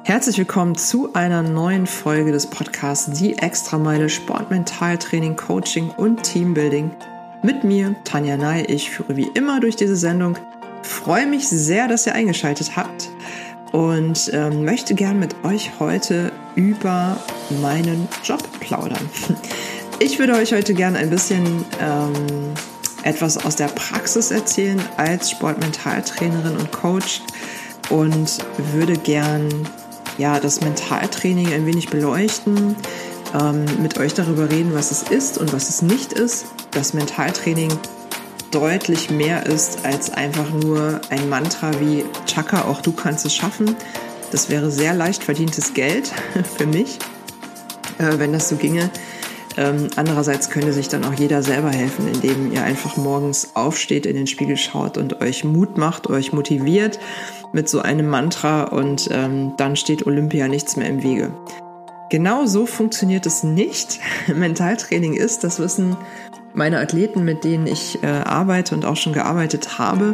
Herzlich willkommen zu einer neuen Folge des Podcasts Die Extrameile Sport, Mentaltraining, Coaching und Teambuilding. Mit mir, Tanja Ney. Ich führe wie immer durch diese Sendung. Freue mich sehr, dass ihr eingeschaltet habt und möchte gern mit euch heute über meinen Job plaudern. Ich würde euch heute gern ein bisschen etwas aus der Praxis erzählen als Sportmentaltrainerin und Coach und würde gern das Mentaltraining ein wenig beleuchten, mit euch darüber reden, was es ist und was es nicht ist. Das Mentaltraining deutlich mehr ist als einfach nur ein Mantra wie Chaka, auch du kannst es schaffen. Das wäre sehr leicht verdientes Geld für mich, wenn das so ginge. Andererseits könnte sich dann auch jeder selber helfen, indem ihr einfach morgens aufsteht, in den Spiegel schaut und euch Mut macht, euch motiviert mit so einem Mantra und dann steht Olympia nichts mehr im Wege. Genau so funktioniert es nicht. Mentaltraining ist, das wissen meine Athleten, mit denen ich arbeite und auch schon gearbeitet habe.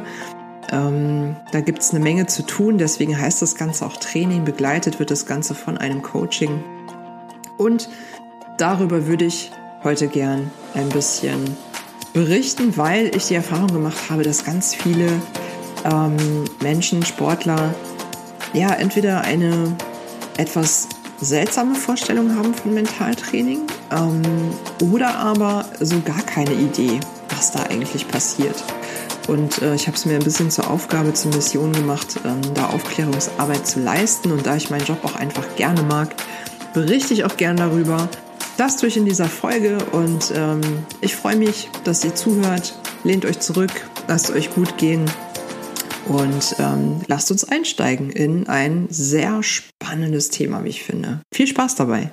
Da gibt es eine Menge zu tun, deswegen heißt das Ganze auch Training, begleitet wird das Ganze von einem Coaching. Und darüber würde ich heute gern ein bisschen berichten, weil ich die Erfahrung gemacht habe, dass ganz viele Menschen, Sportler, entweder eine etwas seltsame Vorstellung haben von Mentaltraining oder aber so gar keine Idee, was da eigentlich passiert. Und ich habe es mir ein bisschen zur Aufgabe, zur Mission gemacht, da Aufklärungsarbeit zu leisten. Und da ich meinen Job auch einfach gerne mag, berichte ich auch gern darüber. Das tue ich in dieser Folge und ich freue mich, dass ihr zuhört. Lehnt euch zurück, lasst euch gut gehen und lasst uns einsteigen in ein sehr spannendes Thema, wie ich finde. Viel Spaß dabei.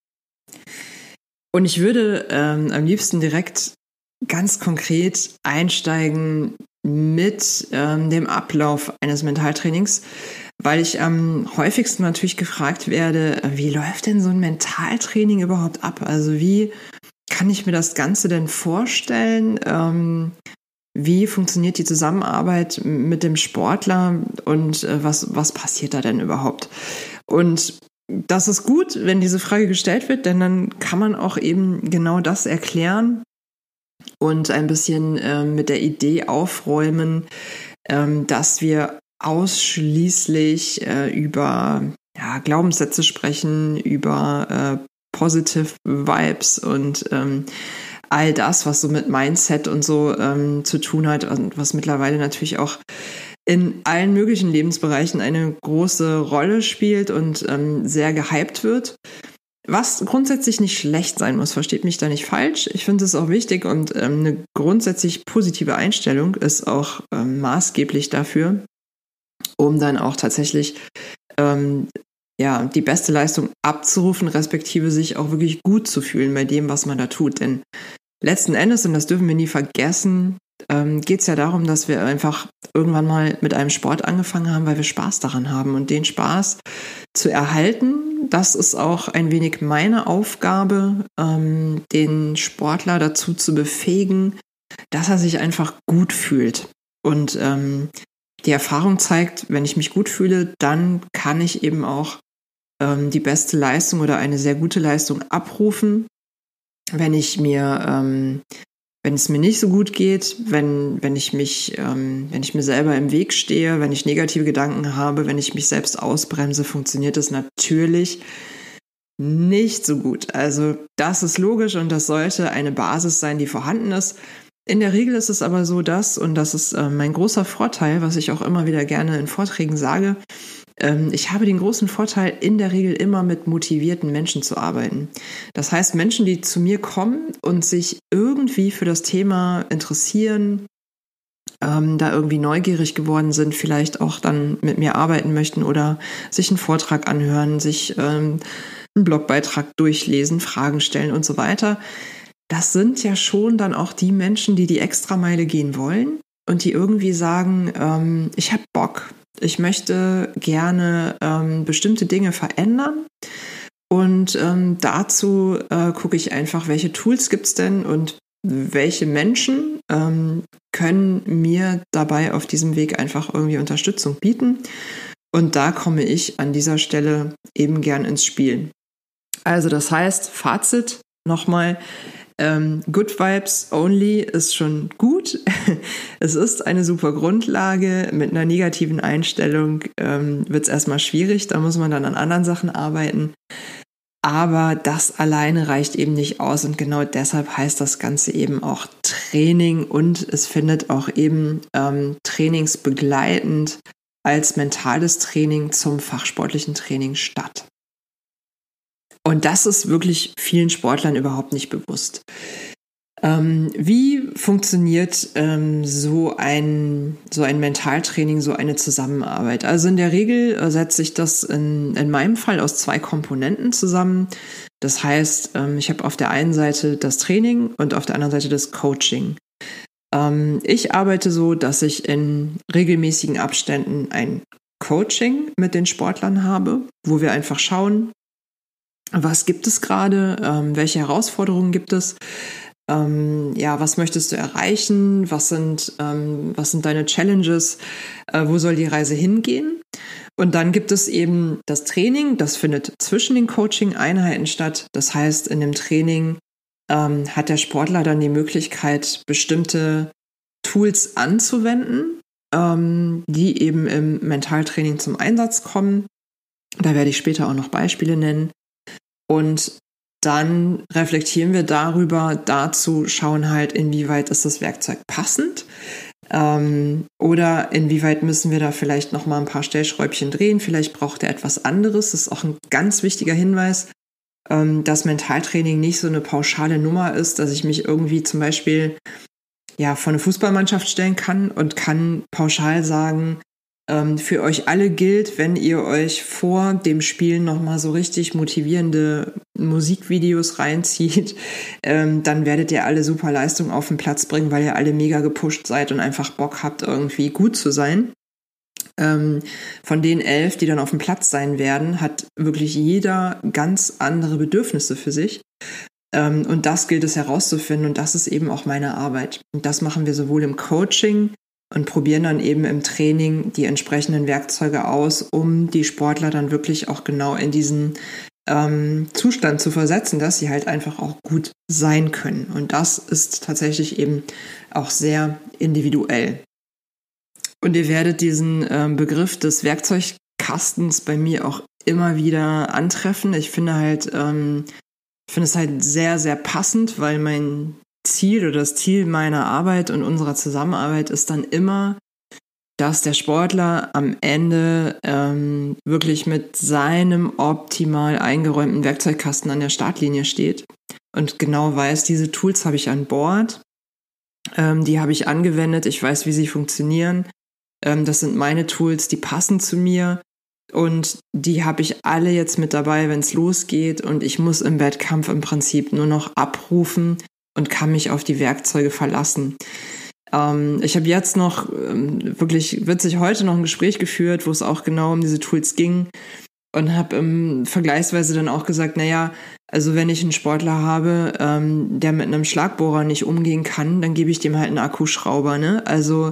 Und ich würde am liebsten direkt ganz konkret einsteigen mit dem Ablauf eines Mentaltrainings, weil ich am häufigsten natürlich gefragt werde, wie läuft denn so ein Mentaltraining überhaupt ab? Also wie kann ich mir das Ganze denn vorstellen? Wie funktioniert die Zusammenarbeit mit dem Sportler und was passiert da denn überhaupt? Und das ist gut, wenn diese Frage gestellt wird, denn dann kann man auch eben genau das erklären und ein bisschen mit der Idee aufräumen, dass wir ausschließlich über Glaubenssätze sprechen, über Positive Vibes und all das, was so mit Mindset und so zu tun hat und was mittlerweile natürlich auch in allen möglichen Lebensbereichen eine große Rolle spielt und sehr gehypt wird. Was grundsätzlich nicht schlecht sein muss, versteht mich da nicht falsch. Ich finde es auch wichtig und eine grundsätzlich positive Einstellung ist auch maßgeblich dafür, um dann auch tatsächlich die beste Leistung abzurufen, respektive sich auch wirklich gut zu fühlen bei dem, was man da tut. Denn letzten Endes, und das dürfen wir nie vergessen, geht es ja darum, dass wir einfach irgendwann mal mit einem Sport angefangen haben, weil wir Spaß daran haben. Und den Spaß zu erhalten, das ist auch ein wenig meine Aufgabe, den Sportler dazu zu befähigen, dass er sich einfach gut fühlt. Und die Erfahrung zeigt, wenn ich mich gut fühle, dann kann ich eben auch die beste Leistung oder eine sehr gute Leistung abrufen. Wenn es mir nicht so gut geht, wenn ich mir selber im Weg stehe, wenn ich negative Gedanken habe, wenn ich mich selbst ausbremse, funktioniert das natürlich nicht so gut. Also das ist logisch und das sollte eine Basis sein, die vorhanden ist. In der Regel ist es aber so, und das ist mein großer Vorteil, was ich auch immer wieder gerne in Vorträgen sage, ich habe den großen Vorteil, in der Regel immer mit motivierten Menschen zu arbeiten. Das heißt, Menschen, die zu mir kommen und sich irgendwie für das Thema interessieren, da irgendwie neugierig geworden sind, vielleicht auch dann mit mir arbeiten möchten oder sich einen Vortrag anhören, sich einen Blogbeitrag durchlesen, Fragen stellen und so weiter. Das sind ja schon dann auch die Menschen, die die Extrameile gehen wollen und die irgendwie sagen, ich habe Bock. Ich möchte gerne bestimmte Dinge verändern und dazu gucke ich einfach, welche Tools gibt's denn und welche Menschen können mir dabei auf diesem Weg einfach irgendwie Unterstützung bieten. Und da komme ich an dieser Stelle eben gern ins Spiel. Also das heißt, Fazit nochmal, Good Vibes Only ist schon gut. Es ist eine super Grundlage. Mit einer negativen Einstellung wird es erstmal schwierig. Da muss man dann an anderen Sachen arbeiten. Aber das alleine reicht eben nicht aus. Und genau deshalb heißt das Ganze eben auch Training. Und es findet auch eben trainingsbegleitend als mentales Training zum fachsportlichen Training statt. Und das ist wirklich vielen Sportlern überhaupt nicht bewusst. Wie funktioniert so ein Mentaltraining, so eine Zusammenarbeit? Also in der Regel setzt sich das in meinem Fall aus 2 Komponenten zusammen. Das heißt, ich habe auf der einen Seite das Training und auf der anderen Seite das Coaching. Ich arbeite so, dass ich in regelmäßigen Abständen ein Coaching mit den Sportlern habe, wo wir einfach schauen, was gibt es gerade, welche Herausforderungen gibt es, was möchtest du erreichen, was sind deine Challenges, wo soll die Reise hingehen? Und dann gibt es eben das Training, das findet zwischen den Coaching-Einheiten statt. Das heißt, in dem Training hat der Sportler dann die Möglichkeit, bestimmte Tools anzuwenden, die eben im Mentaltraining zum Einsatz kommen. Da werde ich später auch noch Beispiele nennen. Und dann reflektieren wir dazu schauen halt, inwieweit ist das Werkzeug passend oder inwieweit müssen wir da vielleicht noch mal ein paar Stellschräubchen drehen, vielleicht braucht er etwas anderes. Das ist auch ein ganz wichtiger Hinweis, dass Mentaltraining nicht so eine pauschale Nummer ist, dass ich mich irgendwie zum Beispiel vor eine Fußballmannschaft stellen kann und kann pauschal sagen, für euch alle gilt, wenn ihr euch vor dem Spiel nochmal so richtig motivierende Musikvideos reinzieht, dann werdet ihr alle super Leistung auf den Platz bringen, weil ihr alle mega gepusht seid und einfach Bock habt, irgendwie gut zu sein. Von den 11, die dann auf dem Platz sein werden, hat wirklich jeder ganz andere Bedürfnisse für sich. Und das gilt es herauszufinden und das ist eben auch meine Arbeit. Und das machen wir sowohl im Coaching und probieren dann eben im Training die entsprechenden Werkzeuge aus, um die Sportler dann wirklich auch genau in diesen Zustand zu versetzen, dass sie halt einfach auch gut sein können. Und das ist tatsächlich eben auch sehr individuell. Und ihr werdet diesen Begriff des Werkzeugkastens bei mir auch immer wieder antreffen. Ich finde es halt sehr, sehr passend, weil mein Ziel oder das Ziel meiner Arbeit und unserer Zusammenarbeit ist dann immer, dass der Sportler am Ende wirklich mit seinem optimal eingeräumten Werkzeugkasten an der Startlinie steht und genau weiß, diese Tools habe ich an Bord, die habe ich angewendet, ich weiß, wie sie funktionieren, das sind meine Tools, die passen zu mir und die habe ich alle jetzt mit dabei, wenn es losgeht und ich muss im Wettkampf im Prinzip nur noch abrufen und kann mich auf die Werkzeuge verlassen. Ich habe jetzt noch wirklich witzig heute noch ein Gespräch geführt, wo es auch genau um diese Tools ging und habe vergleichsweise dann auch gesagt, also wenn ich einen Sportler habe, der mit einem Schlagbohrer nicht umgehen kann, dann gebe ich dem halt einen Akkuschrauber, ne? Also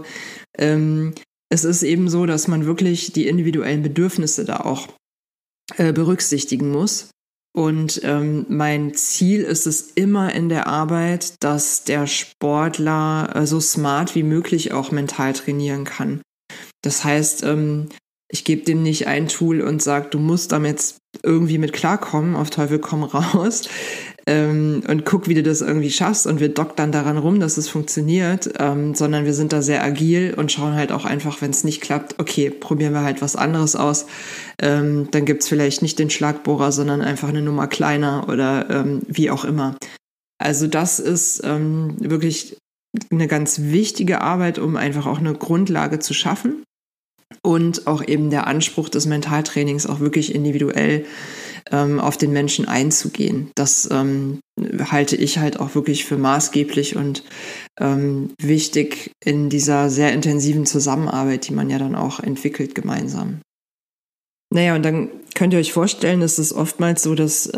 es ist eben so, dass man wirklich die individuellen Bedürfnisse da auch berücksichtigen muss. Und mein Ziel ist es immer in der Arbeit, dass der Sportler so smart wie möglich auch mental trainieren kann. Das heißt, ich gebe dem nicht ein Tool und sage, du musst damit jetzt irgendwie mit klarkommen, auf Teufel komm raus und guck, wie du das irgendwie schaffst und wir doktern daran rum, dass es funktioniert, sondern wir sind da sehr agil und schauen halt auch einfach, wenn es nicht klappt, okay, probieren wir halt was anderes aus. Dann gibt's vielleicht nicht den Schlagbohrer, sondern einfach eine Nummer kleiner oder wie auch immer. Also das ist wirklich eine ganz wichtige Arbeit, um einfach auch eine Grundlage zu schaffen und auch eben der Anspruch des Mentaltrainings auch wirklich individuell auf den Menschen einzugehen. Das halte ich halt auch wirklich für maßgeblich und wichtig in dieser sehr intensiven Zusammenarbeit, die man ja dann auch entwickelt gemeinsam. Und dann könnt ihr euch vorstellen, es ist oftmals so, dass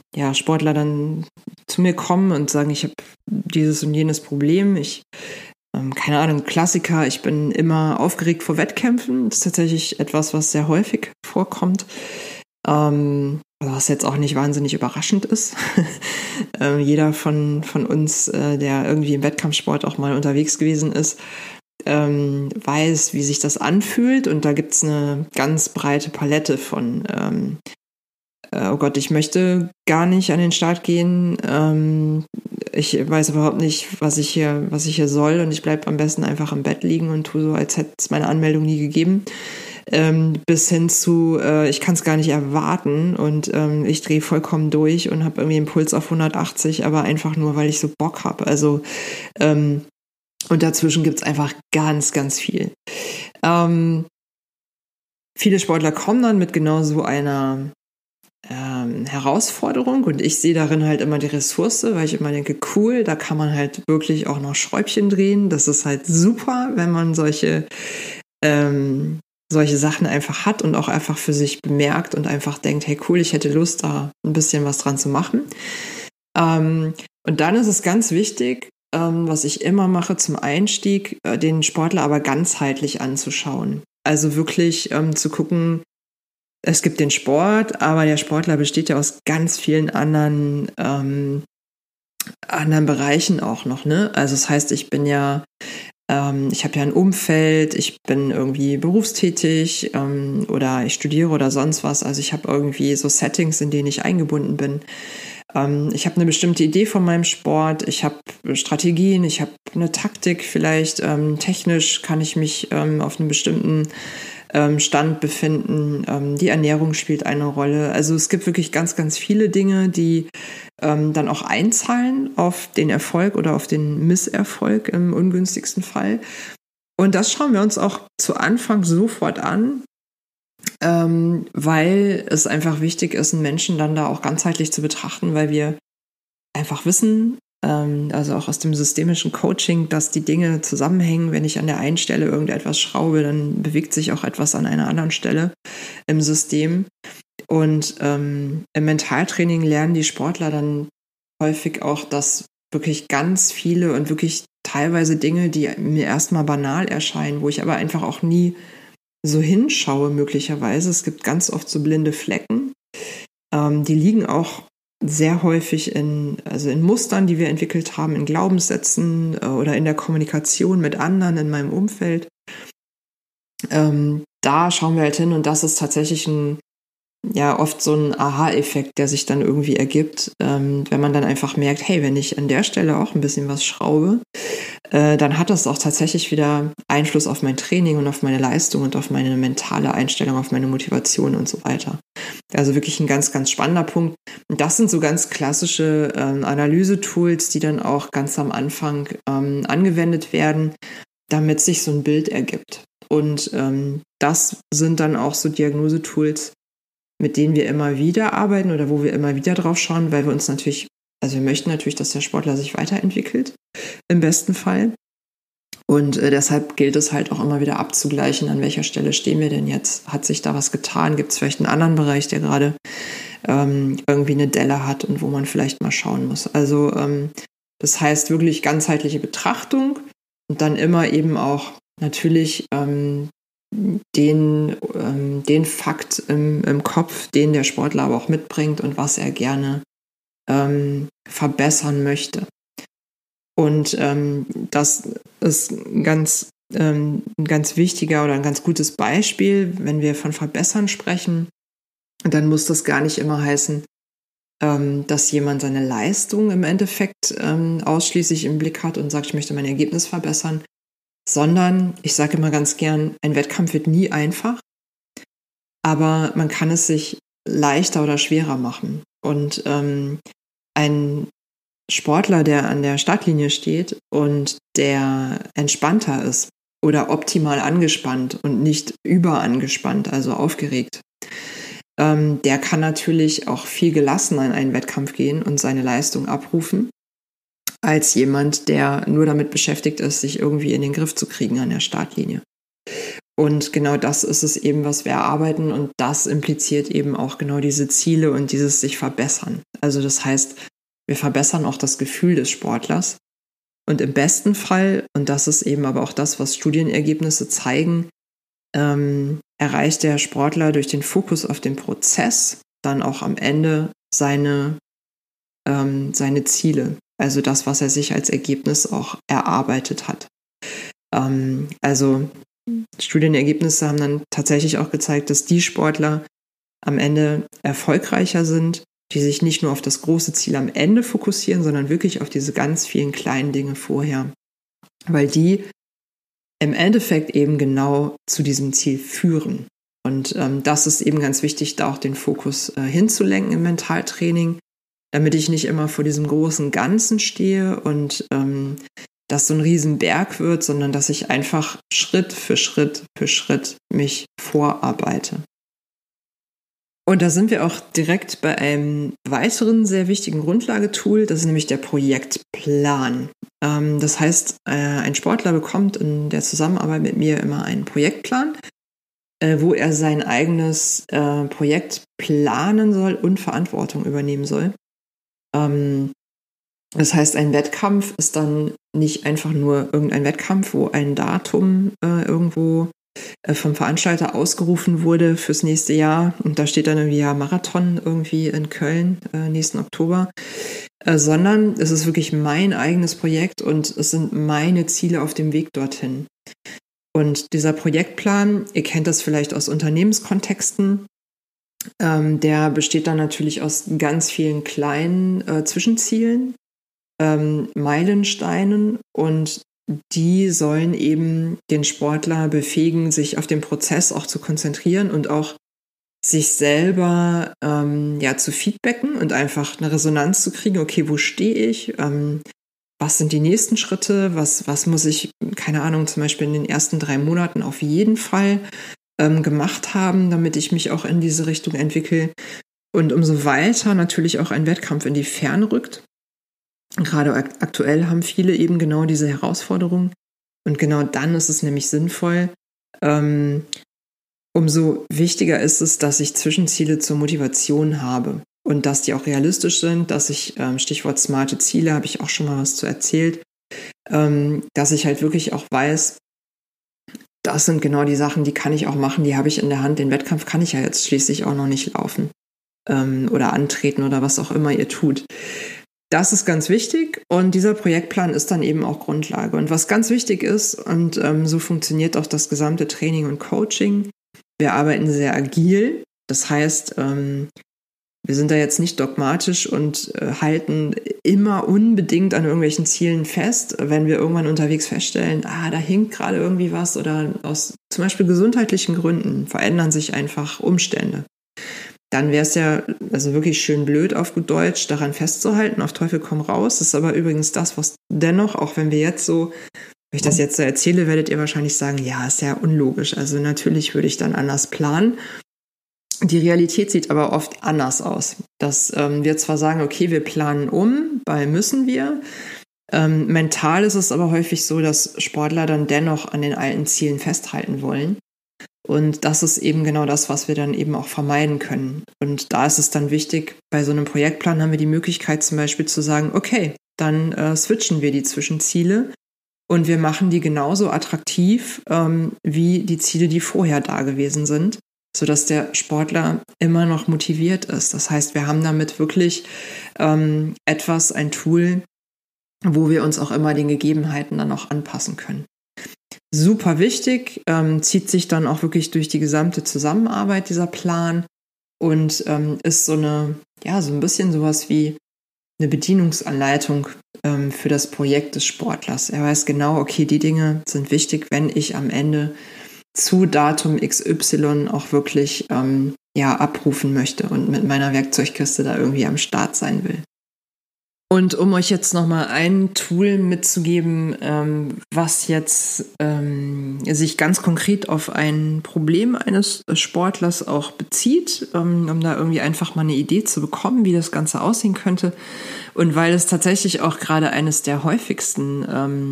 Sportler dann zu mir kommen und sagen, ich habe dieses und jenes Problem, ich keine Ahnung, Klassiker, ich bin immer aufgeregt vor Wettkämpfen. Das ist tatsächlich etwas, was sehr häufig vorkommt. Was jetzt auch nicht wahnsinnig überraschend ist. Jeder von uns, der irgendwie im Wettkampfsport auch mal unterwegs gewesen ist, weiß, wie sich das anfühlt. Und da gibt es eine ganz breite Palette von oh Gott, ich möchte gar nicht an den Start gehen. Ich weiß überhaupt nicht, was ich hier soll, und ich bleibe am besten einfach im Bett liegen und tue so, als hätte es meine Anmeldung nie gegeben. Bis hin zu, ich kann es gar nicht erwarten und ich drehe vollkommen durch und habe irgendwie einen Puls auf 180, aber einfach nur, weil ich so Bock habe. Also und dazwischen gibt es einfach ganz, ganz viel. Viele Sportler kommen dann mit genau so einer Herausforderung, und ich sehe darin halt immer die Ressource, weil ich immer denke, cool, da kann man halt wirklich auch noch Schräubchen drehen. Das ist halt super, wenn man solche Sachen einfach hat und auch einfach für sich bemerkt und einfach denkt, hey cool, ich hätte Lust, da ein bisschen was dran zu machen. Und dann ist es ganz wichtig, was ich immer mache zum Einstieg, den Sportler aber ganzheitlich anzuschauen. Also wirklich zu gucken, es gibt den Sport, aber der Sportler besteht ja aus ganz vielen anderen Bereichen auch noch, ne? Also das heißt, ich habe ja ein Umfeld, ich bin irgendwie berufstätig oder ich studiere oder sonst was. Also ich habe irgendwie so Settings, in denen ich eingebunden bin. Ich habe eine bestimmte Idee von meinem Sport, ich habe Strategien, ich habe eine Taktik vielleicht. Technisch kann ich mich auf einem bestimmten Stand befinden. Die Ernährung spielt eine Rolle. Also es gibt wirklich ganz, ganz viele Dinge, die dann auch einzahlen auf den Erfolg oder auf den Misserfolg im ungünstigsten Fall. Und das schauen wir uns auch zu Anfang sofort an, weil es einfach wichtig ist, einen Menschen dann da auch ganzheitlich zu betrachten, weil wir einfach wissen, also auch aus dem systemischen Coaching, dass die Dinge zusammenhängen. Wenn ich an der einen Stelle irgendetwas schraube, dann bewegt sich auch etwas an einer anderen Stelle im System. Und im Mentaltraining lernen die Sportler dann häufig auch, dass wirklich ganz viele und wirklich teilweise Dinge, die mir erstmal banal erscheinen, wo ich aber einfach auch nie so hinschaue möglicherweise. Es gibt ganz oft so blinde Flecken. Die liegen auch sehr häufig in Mustern, die wir entwickelt haben, in Glaubenssätzen oder in der Kommunikation mit anderen in meinem Umfeld. Da schauen wir halt hin, und das ist tatsächlich oft so ein Aha-Effekt, der sich dann irgendwie ergibt, wenn man dann einfach merkt, hey, wenn ich an der Stelle auch ein bisschen was schraube, dann hat das auch tatsächlich wieder Einfluss auf mein Training und auf meine Leistung und auf meine mentale Einstellung, auf meine Motivation und so weiter. Also wirklich ein ganz, ganz spannender Punkt. Und das sind so ganz klassische Analyse-Tools, die dann auch ganz am Anfang angewendet werden, damit sich so ein Bild ergibt. Und das sind dann auch so Diagnosetools, mit denen wir immer wieder arbeiten oder wo wir immer wieder drauf schauen, weil wir uns natürlich, also wir möchten natürlich, dass der Sportler sich weiterentwickelt, im besten Fall. Und deshalb gilt es halt auch immer wieder abzugleichen, an welcher Stelle stehen wir denn jetzt? Hat sich da was getan? Gibt es vielleicht einen anderen Bereich, der gerade irgendwie eine Delle hat und wo man vielleicht mal schauen muss? Also das heißt wirklich ganzheitliche Betrachtung und dann immer eben auch natürlich den Fakt im Kopf, den der Sportler aber auch mitbringt und was er gerne verbessern möchte. Und das ist ein ganz wichtiger oder ein ganz gutes Beispiel, wenn wir von Verbessern sprechen. Dann muss das gar nicht immer heißen, dass jemand seine Leistung im Endeffekt ausschließlich im Blick hat und sagt, ich möchte mein Ergebnis verbessern, sondern ich sage immer ganz gern, ein Wettkampf wird nie einfach, aber man kann es sich leichter oder schwerer machen. Und ein Sportler, der an der Startlinie steht und der entspannter ist oder optimal angespannt und nicht überangespannt, also aufgeregt, der kann natürlich auch viel gelassener in einen Wettkampf gehen und seine Leistung abrufen, als jemand, der nur damit beschäftigt ist, sich irgendwie in den Griff zu kriegen an der Startlinie. Und genau das ist es eben, was wir erarbeiten, und das impliziert eben auch genau diese Ziele und dieses sich verbessern. Also das heißt, wir verbessern auch das Gefühl des Sportlers, Und im besten Fall, und das ist eben aber auch das, was Studienergebnisse zeigen, erreicht der Sportler durch den Fokus auf den Prozess dann auch am Ende seine Ziele. Also das, was er sich als Ergebnis auch erarbeitet hat. Also Studienergebnisse haben dann tatsächlich auch gezeigt, dass die Sportler am Ende erfolgreicher sind, die sich nicht nur auf das große Ziel am Ende fokussieren, sondern wirklich auf diese ganz vielen kleinen Dinge vorher. Weil die im Endeffekt eben genau zu diesem Ziel führen. Und das ist eben ganz wichtig, da auch den Fokus hinzulenken im Mentaltraining, damit ich nicht immer vor diesem großen Ganzen stehe und das so ein Riesenberg wird, sondern dass ich einfach Schritt für Schritt mich vorarbeite. Und da sind wir auch direkt bei einem weiteren sehr wichtigen Grundlagetool, das ist nämlich der Projektplan. Das heißt, ein Sportler bekommt in der Zusammenarbeit mit mir immer einen Projektplan, wo er sein eigenes Projekt planen soll und Verantwortung übernehmen soll. Das heißt, ein Wettkampf ist dann nicht einfach nur irgendein Wettkampf, wo ein Datum irgendwo vom Veranstalter ausgerufen wurde fürs nächste Jahr und da steht dann irgendwie ja Marathon irgendwie in Köln nächsten Oktober, sondern es ist wirklich mein eigenes Projekt und es sind meine Ziele auf dem Weg dorthin. Und dieser Projektplan, ihr kennt das vielleicht aus Unternehmenskontexten, der besteht dann natürlich aus ganz vielen kleinen Zwischenzielen, Meilensteinen und die sollen eben den Sportler befähigen, sich auf den Prozess auch zu konzentrieren und auch sich selber zu feedbacken und einfach eine Resonanz zu kriegen, okay, wo stehe ich, was sind die nächsten Schritte, was muss ich, keine Ahnung, zum Beispiel in den ersten 3 Monaten auf jeden Fall gemacht haben, damit ich mich auch in diese Richtung entwickle. Und umso weiter natürlich auch ein Wettkampf in die Ferne rückt. Gerade aktuell haben viele eben genau diese Herausforderung. Und genau dann ist es nämlich sinnvoll. Umso wichtiger ist es, dass ich Zwischenziele zur Motivation habe. Und dass die auch realistisch sind, dass ich, Stichwort smarte Ziele, habe ich auch schon mal was zu erzählt, dass ich halt wirklich auch weiß, das sind genau die Sachen, die kann ich auch machen, die habe ich in der Hand. Den Wettkampf kann ich ja jetzt schließlich auch noch nicht laufen oder antreten oder was auch immer ihr tut. Das ist ganz wichtig und dieser Projektplan ist dann eben auch Grundlage. Und was ganz wichtig ist, und so funktioniert auch das gesamte Training und Coaching, wir arbeiten sehr agil. Das heißt, wir sind da jetzt nicht dogmatisch und halten immer unbedingt an irgendwelchen Zielen fest, wenn wir irgendwann unterwegs feststellen, da hinkt gerade irgendwie was oder aus zum Beispiel gesundheitlichen Gründen verändern sich einfach Umstände. Dann wäre es ja also wirklich schön blöd auf gut Deutsch, daran festzuhalten, auf Teufel komm raus. Das ist aber übrigens das, was dennoch, auch wenn wir jetzt so, wenn ich das jetzt so erzähle, werdet ihr wahrscheinlich sagen, ja, ist ja unlogisch. Also natürlich würde ich dann anders planen. Die Realität sieht aber oft anders aus. Dass wir zwar sagen, okay, wir planen weil müssen wir. Mental ist es aber häufig so, dass Sportler dann dennoch an den alten Zielen festhalten wollen. Und das ist eben genau das, was wir dann eben auch vermeiden können. Und da ist es dann wichtig, bei so einem Projektplan haben wir die Möglichkeit zum Beispiel zu sagen, okay, dann switchen wir die Zwischenziele und wir machen die genauso attraktiv wie die Ziele, die vorher da gewesen sind, sodass der Sportler immer noch motiviert ist. Das heißt, wir haben damit wirklich ein Tool, wo wir uns auch immer den Gegebenheiten dann auch anpassen können. Super wichtig, zieht sich dann auch wirklich durch die gesamte Zusammenarbeit dieser Plan und ist so ein bisschen sowas wie eine Bedienungsanleitung für das Projekt des Sportlers. Er weiß genau, okay, die Dinge sind wichtig, wenn ich am Ende zu Datum XY auch wirklich abrufen möchte und mit meiner Werkzeugkiste da irgendwie am Start sein will. Und um euch jetzt nochmal ein Tool mitzugeben, was jetzt sich ganz konkret auf ein Problem eines Sportlers auch bezieht, um da irgendwie einfach mal eine Idee zu bekommen, wie das Ganze aussehen könnte. Und weil es tatsächlich auch gerade eine der häufigsten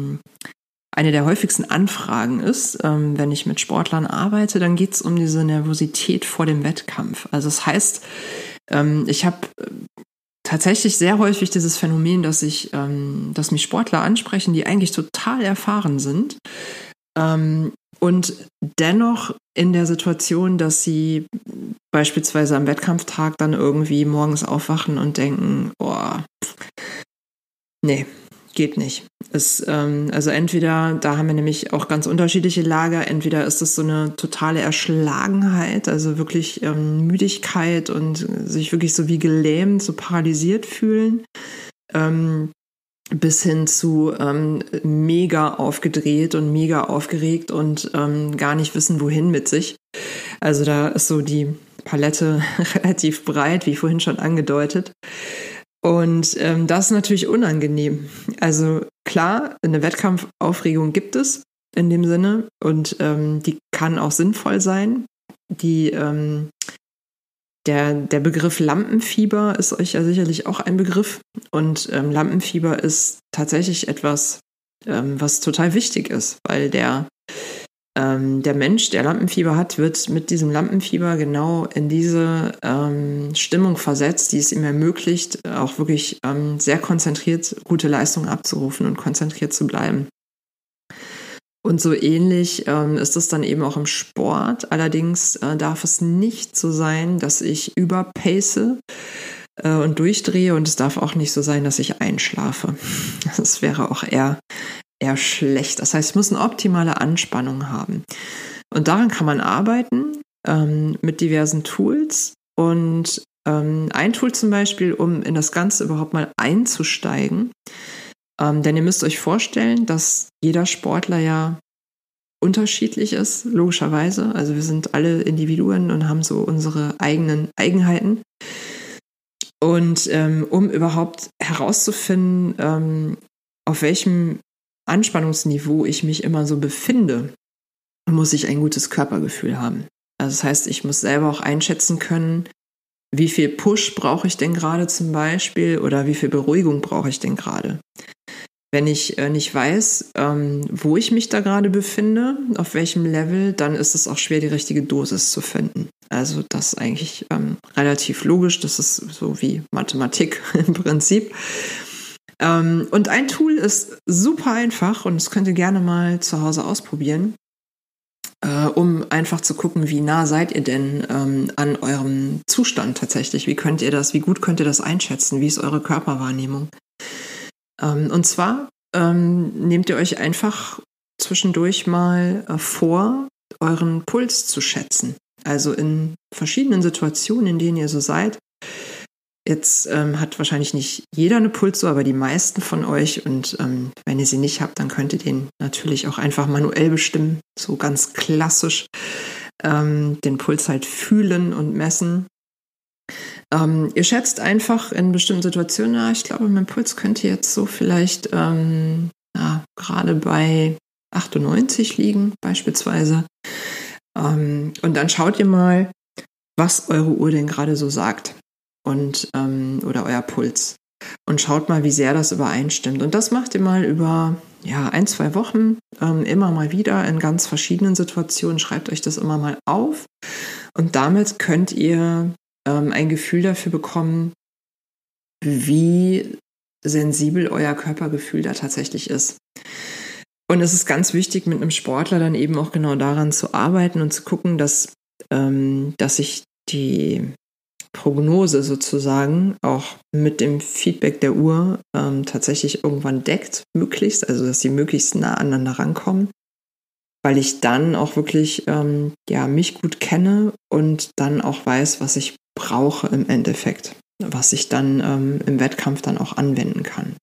Anfragen ist, wenn ich mit Sportlern arbeite, dann geht es um diese Nervosität vor dem Wettkampf. Also das heißt, ich habe tatsächlich sehr häufig dieses Phänomen, dass mich Sportler ansprechen, die eigentlich total erfahren sind, und dennoch in der Situation, dass sie beispielsweise am Wettkampftag dann irgendwie morgens aufwachen und denken, oh, nee, geht nicht. Also entweder, da haben wir nämlich auch ganz unterschiedliche Lager, entweder ist es so eine totale Erschlagenheit, also wirklich Müdigkeit und sich wirklich so wie gelähmt, so paralysiert fühlen, bis hin zu mega aufgedreht und mega aufgeregt und gar nicht wissen, wohin mit sich. Also da ist so die Palette relativ breit, wie vorhin schon angedeutet. Und das ist natürlich unangenehm. Also klar, eine Wettkampfaufregung gibt es in dem Sinne und die kann auch sinnvoll sein. Der Begriff Lampenfieber ist euch ja sicherlich auch ein Begriff. Und Lampenfieber ist tatsächlich etwas, was total wichtig ist, weil der Mensch, der Lampenfieber hat, wird mit diesem Lampenfieber genau in diese Stimmung versetzt, die es ihm ermöglicht, auch wirklich sehr konzentriert gute Leistungen abzurufen und konzentriert zu bleiben. Und so ähnlich ist es dann eben auch im Sport. Allerdings darf es nicht so sein, dass ich überpace und durchdrehe, und es darf auch nicht so sein, dass ich einschlafe. Das wäre auch eher schlecht. Das heißt, ich muss eine optimale Anspannung haben. Und daran kann man arbeiten mit diversen Tools. Und ein Tool zum Beispiel, um in das Ganze überhaupt mal einzusteigen, denn ihr müsst euch vorstellen, dass jeder Sportler ja unterschiedlich ist, logischerweise. Also wir sind alle Individuen und haben so unsere eigenen Eigenheiten. Und um überhaupt herauszufinden, auf welchem Anspannungsniveau ich mich immer so befinde, muss ich ein gutes Körpergefühl haben. Also das heißt, ich muss selber auch einschätzen können, wie viel Push brauche ich denn gerade zum Beispiel oder wie viel Beruhigung brauche ich denn gerade. Wenn ich nicht weiß, wo ich mich da gerade befinde, auf welchem Level, dann ist es auch schwer, die richtige Dosis zu finden. Also das ist eigentlich relativ logisch, das ist so wie Mathematik im Prinzip. Und ein Tool ist super einfach und das könnt ihr gerne mal zu Hause ausprobieren, um einfach zu gucken, wie nah seid ihr denn an eurem Zustand tatsächlich. Wie gut könnt ihr das einschätzen? Wie ist eure Körperwahrnehmung? Und zwar nehmt ihr euch einfach zwischendurch mal vor, euren Puls zu schätzen. Also in verschiedenen Situationen, in denen ihr so seid. Jetzt hat wahrscheinlich nicht jeder eine Pulsuhr, aber die meisten von euch. Und wenn ihr sie nicht habt, dann könnt ihr den natürlich auch einfach manuell bestimmen. So ganz klassisch den Puls halt fühlen und messen. Ihr schätzt einfach in bestimmten Situationen, ich glaube, mein Puls könnte jetzt so vielleicht gerade bei 98 liegen beispielsweise. Und dann schaut ihr mal, was eure Uhr denn gerade so sagt und oder euer Puls. Und schaut mal, wie sehr das übereinstimmt. Und das macht ihr mal über 1-2 Wochen, immer mal wieder in ganz verschiedenen Situationen. Schreibt euch das immer mal auf. Und damit könnt ihr ein Gefühl dafür bekommen, wie sensibel euer Körpergefühl da tatsächlich ist. Und es ist ganz wichtig, mit einem Sportler dann eben auch genau daran zu arbeiten und zu gucken, dass sich die Prognose sozusagen auch mit dem Feedback der Uhr tatsächlich irgendwann deckt, möglichst, also dass sie möglichst nah aneinander rankommen, weil ich dann auch wirklich mich gut kenne und dann auch weiß, was ich brauche im Endeffekt, was ich dann im Wettkampf dann auch anwenden kann.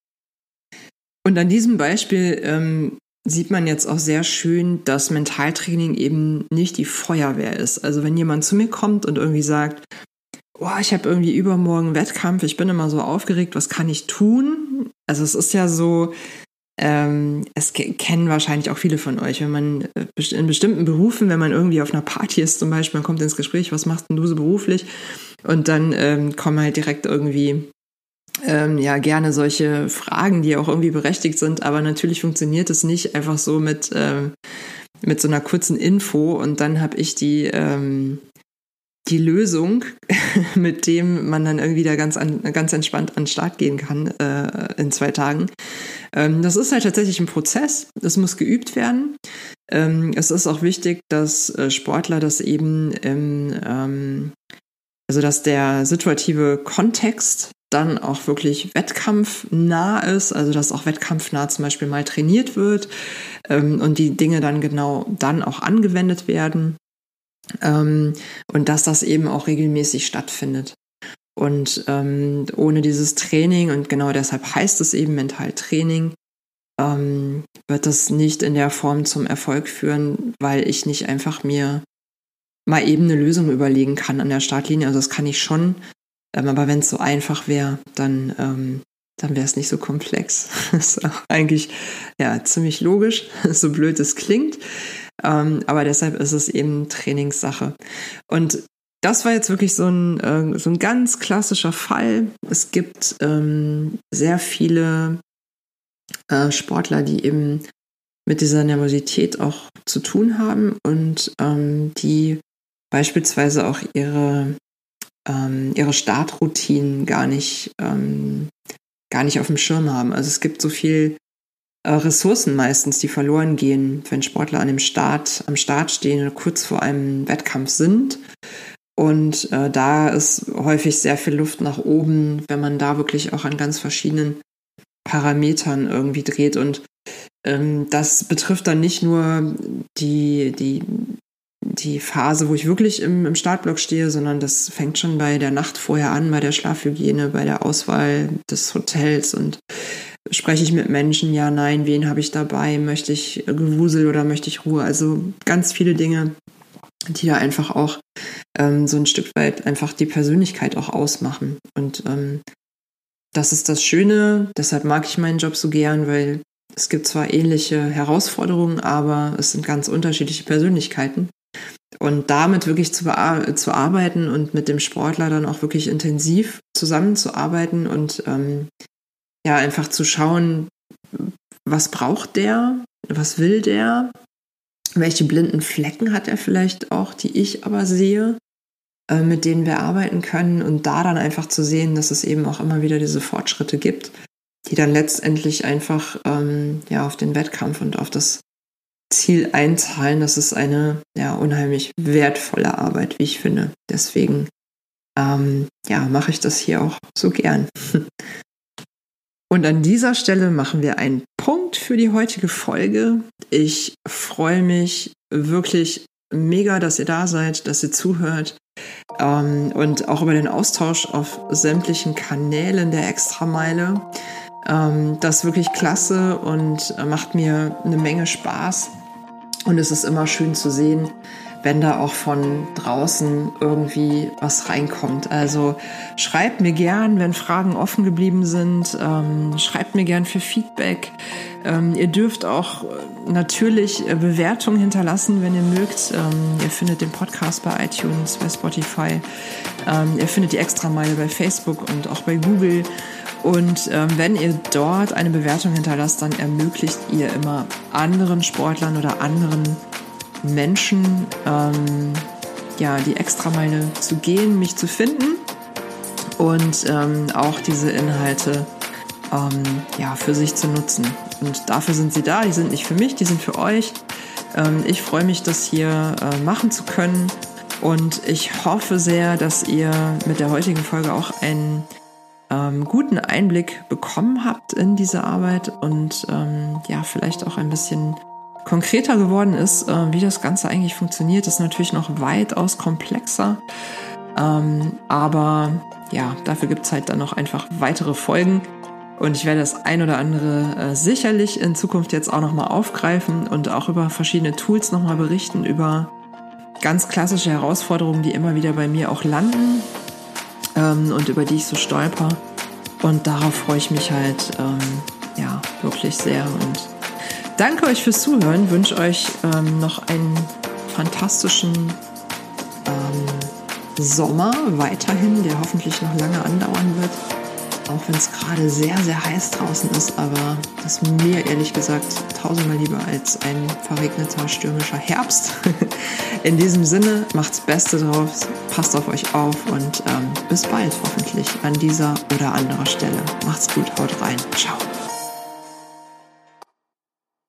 Und an diesem Beispiel sieht man jetzt auch sehr schön, dass Mentaltraining eben nicht die Feuerwehr ist. Also wenn jemand zu mir kommt und irgendwie sagt, ich habe irgendwie übermorgen einen Wettkampf, ich bin immer so aufgeregt, was kann ich tun? Also es ist ja so, es kennen wahrscheinlich auch viele von euch, wenn man in bestimmten Berufen, wenn man irgendwie auf einer Party ist zum Beispiel, man kommt ins Gespräch, was machst denn du so beruflich? Und dann kommen halt direkt irgendwie gerne solche Fragen, die auch irgendwie berechtigt sind, aber natürlich funktioniert es nicht einfach so mit so einer kurzen Info und dann habe ich die Lösung mit dem man dann irgendwie da ganz entspannt an den Start gehen kann in 2 Tagen. Das ist halt tatsächlich ein Prozess, das muss geübt werden. Es ist auch wichtig, dass Sportler das eben also dass der situative Kontext dann auch wirklich wettkampfnah ist, also dass auch wettkampfnah zum Beispiel mal trainiert wird und die Dinge dann genau dann auch angewendet werden und dass das eben auch regelmäßig stattfindet. Und ohne dieses Training, und genau deshalb heißt es eben Mentaltraining, wird das nicht in der Form zum Erfolg führen, weil ich nicht einfach mir mal eben eine Lösung überlegen kann an der Startlinie. Also das kann ich schon, aber wenn es so einfach wäre, dann wäre es nicht so komplex. Das ist auch eigentlich ziemlich logisch, so blöd es klingt. Aber deshalb ist es eben Trainingssache. Und das war jetzt wirklich so ein ganz klassischer Fall. Es gibt sehr viele Sportler, die eben mit dieser Nervosität auch zu tun haben und die beispielsweise auch ihre Startroutinen gar nicht auf dem Schirm haben. Also es gibt so viel Ressourcen meistens, die verloren gehen, wenn Sportler am Start stehen oder kurz vor einem Wettkampf sind. Und da ist häufig sehr viel Luft nach oben, wenn man da wirklich auch an ganz verschiedenen Parametern irgendwie dreht. Und das betrifft dann nicht nur die Phase, wo ich wirklich im Startblock stehe, sondern das fängt schon bei der Nacht vorher an, bei der Schlafhygiene, bei der Auswahl des Hotels und spreche ich mit Menschen, ja, nein, wen habe ich dabei, möchte ich Gewusel oder möchte ich Ruhe, also ganz viele Dinge, die da einfach auch so ein Stück weit einfach die Persönlichkeit auch ausmachen und das ist das Schöne, deshalb mag ich meinen Job so gern, weil es gibt zwar ähnliche Herausforderungen, aber es sind ganz unterschiedliche Persönlichkeiten. Und damit wirklich zu arbeiten und mit dem Sportler dann auch wirklich intensiv zusammenzuarbeiten und einfach zu schauen, was braucht der, was will der, welche blinden Flecken hat er vielleicht auch, die ich aber sehe, mit denen wir arbeiten können und da dann einfach zu sehen, dass es eben auch immer wieder diese Fortschritte gibt, die dann letztendlich einfach auf den Wettkampf und auf das Ziel einzahlen. Das ist eine unheimlich wertvolle Arbeit, wie ich finde. Deswegen mache ich das hier auch so gern. Und an dieser Stelle machen wir einen Punkt für die heutige Folge. Ich freue mich wirklich mega, dass ihr da seid, dass ihr zuhört und auch über den Austausch auf sämtlichen Kanälen der Extrameile. Das ist wirklich klasse und macht mir eine Menge Spaß. Und es ist immer schön zu sehen, wenn da auch von draußen irgendwie was reinkommt. Also schreibt mir gern, wenn Fragen offen geblieben sind. Schreibt mir gern für Feedback. Ihr dürft auch natürlich Bewertungen hinterlassen, wenn ihr mögt. Ihr findet den Podcast bei iTunes, bei Spotify. Ihr findet die Extrameile bei Facebook und auch bei Google. Und wenn ihr dort eine Bewertung hinterlasst, dann ermöglicht ihr immer anderen Sportlern oder anderen Menschen, die Extrameile zu gehen, mich zu finden und auch diese Inhalte für sich zu nutzen. Und dafür sind sie da, die sind nicht für mich, die sind für euch. Ich freue mich, das hier machen zu können und ich hoffe sehr, dass ihr mit der heutigen Folge auch einen guten Einblick bekommen habt in diese Arbeit und vielleicht auch ein bisschen konkreter geworden ist, wie das Ganze eigentlich funktioniert. Das ist natürlich noch weitaus komplexer, aber dafür gibt es halt dann noch einfach weitere Folgen und ich werde das ein oder andere sicherlich in Zukunft jetzt auch nochmal aufgreifen und auch über verschiedene Tools nochmal berichten, über ganz klassische Herausforderungen, die immer wieder bei mir auch landen und über die ich so stolper. Und darauf freue ich mich halt wirklich sehr. Und danke euch fürs Zuhören, wünsche euch noch einen fantastischen Sommer weiterhin, der hoffentlich noch lange andauern wird. auch wenn es gerade sehr, sehr heiß draußen ist, aber das ist mir ehrlich gesagt tausendmal lieber als ein verregneter, stürmischer Herbst. In diesem Sinne, macht's Beste draus, passt auf euch auf und bis bald hoffentlich an dieser oder anderer Stelle. Macht's gut, haut rein, ciao.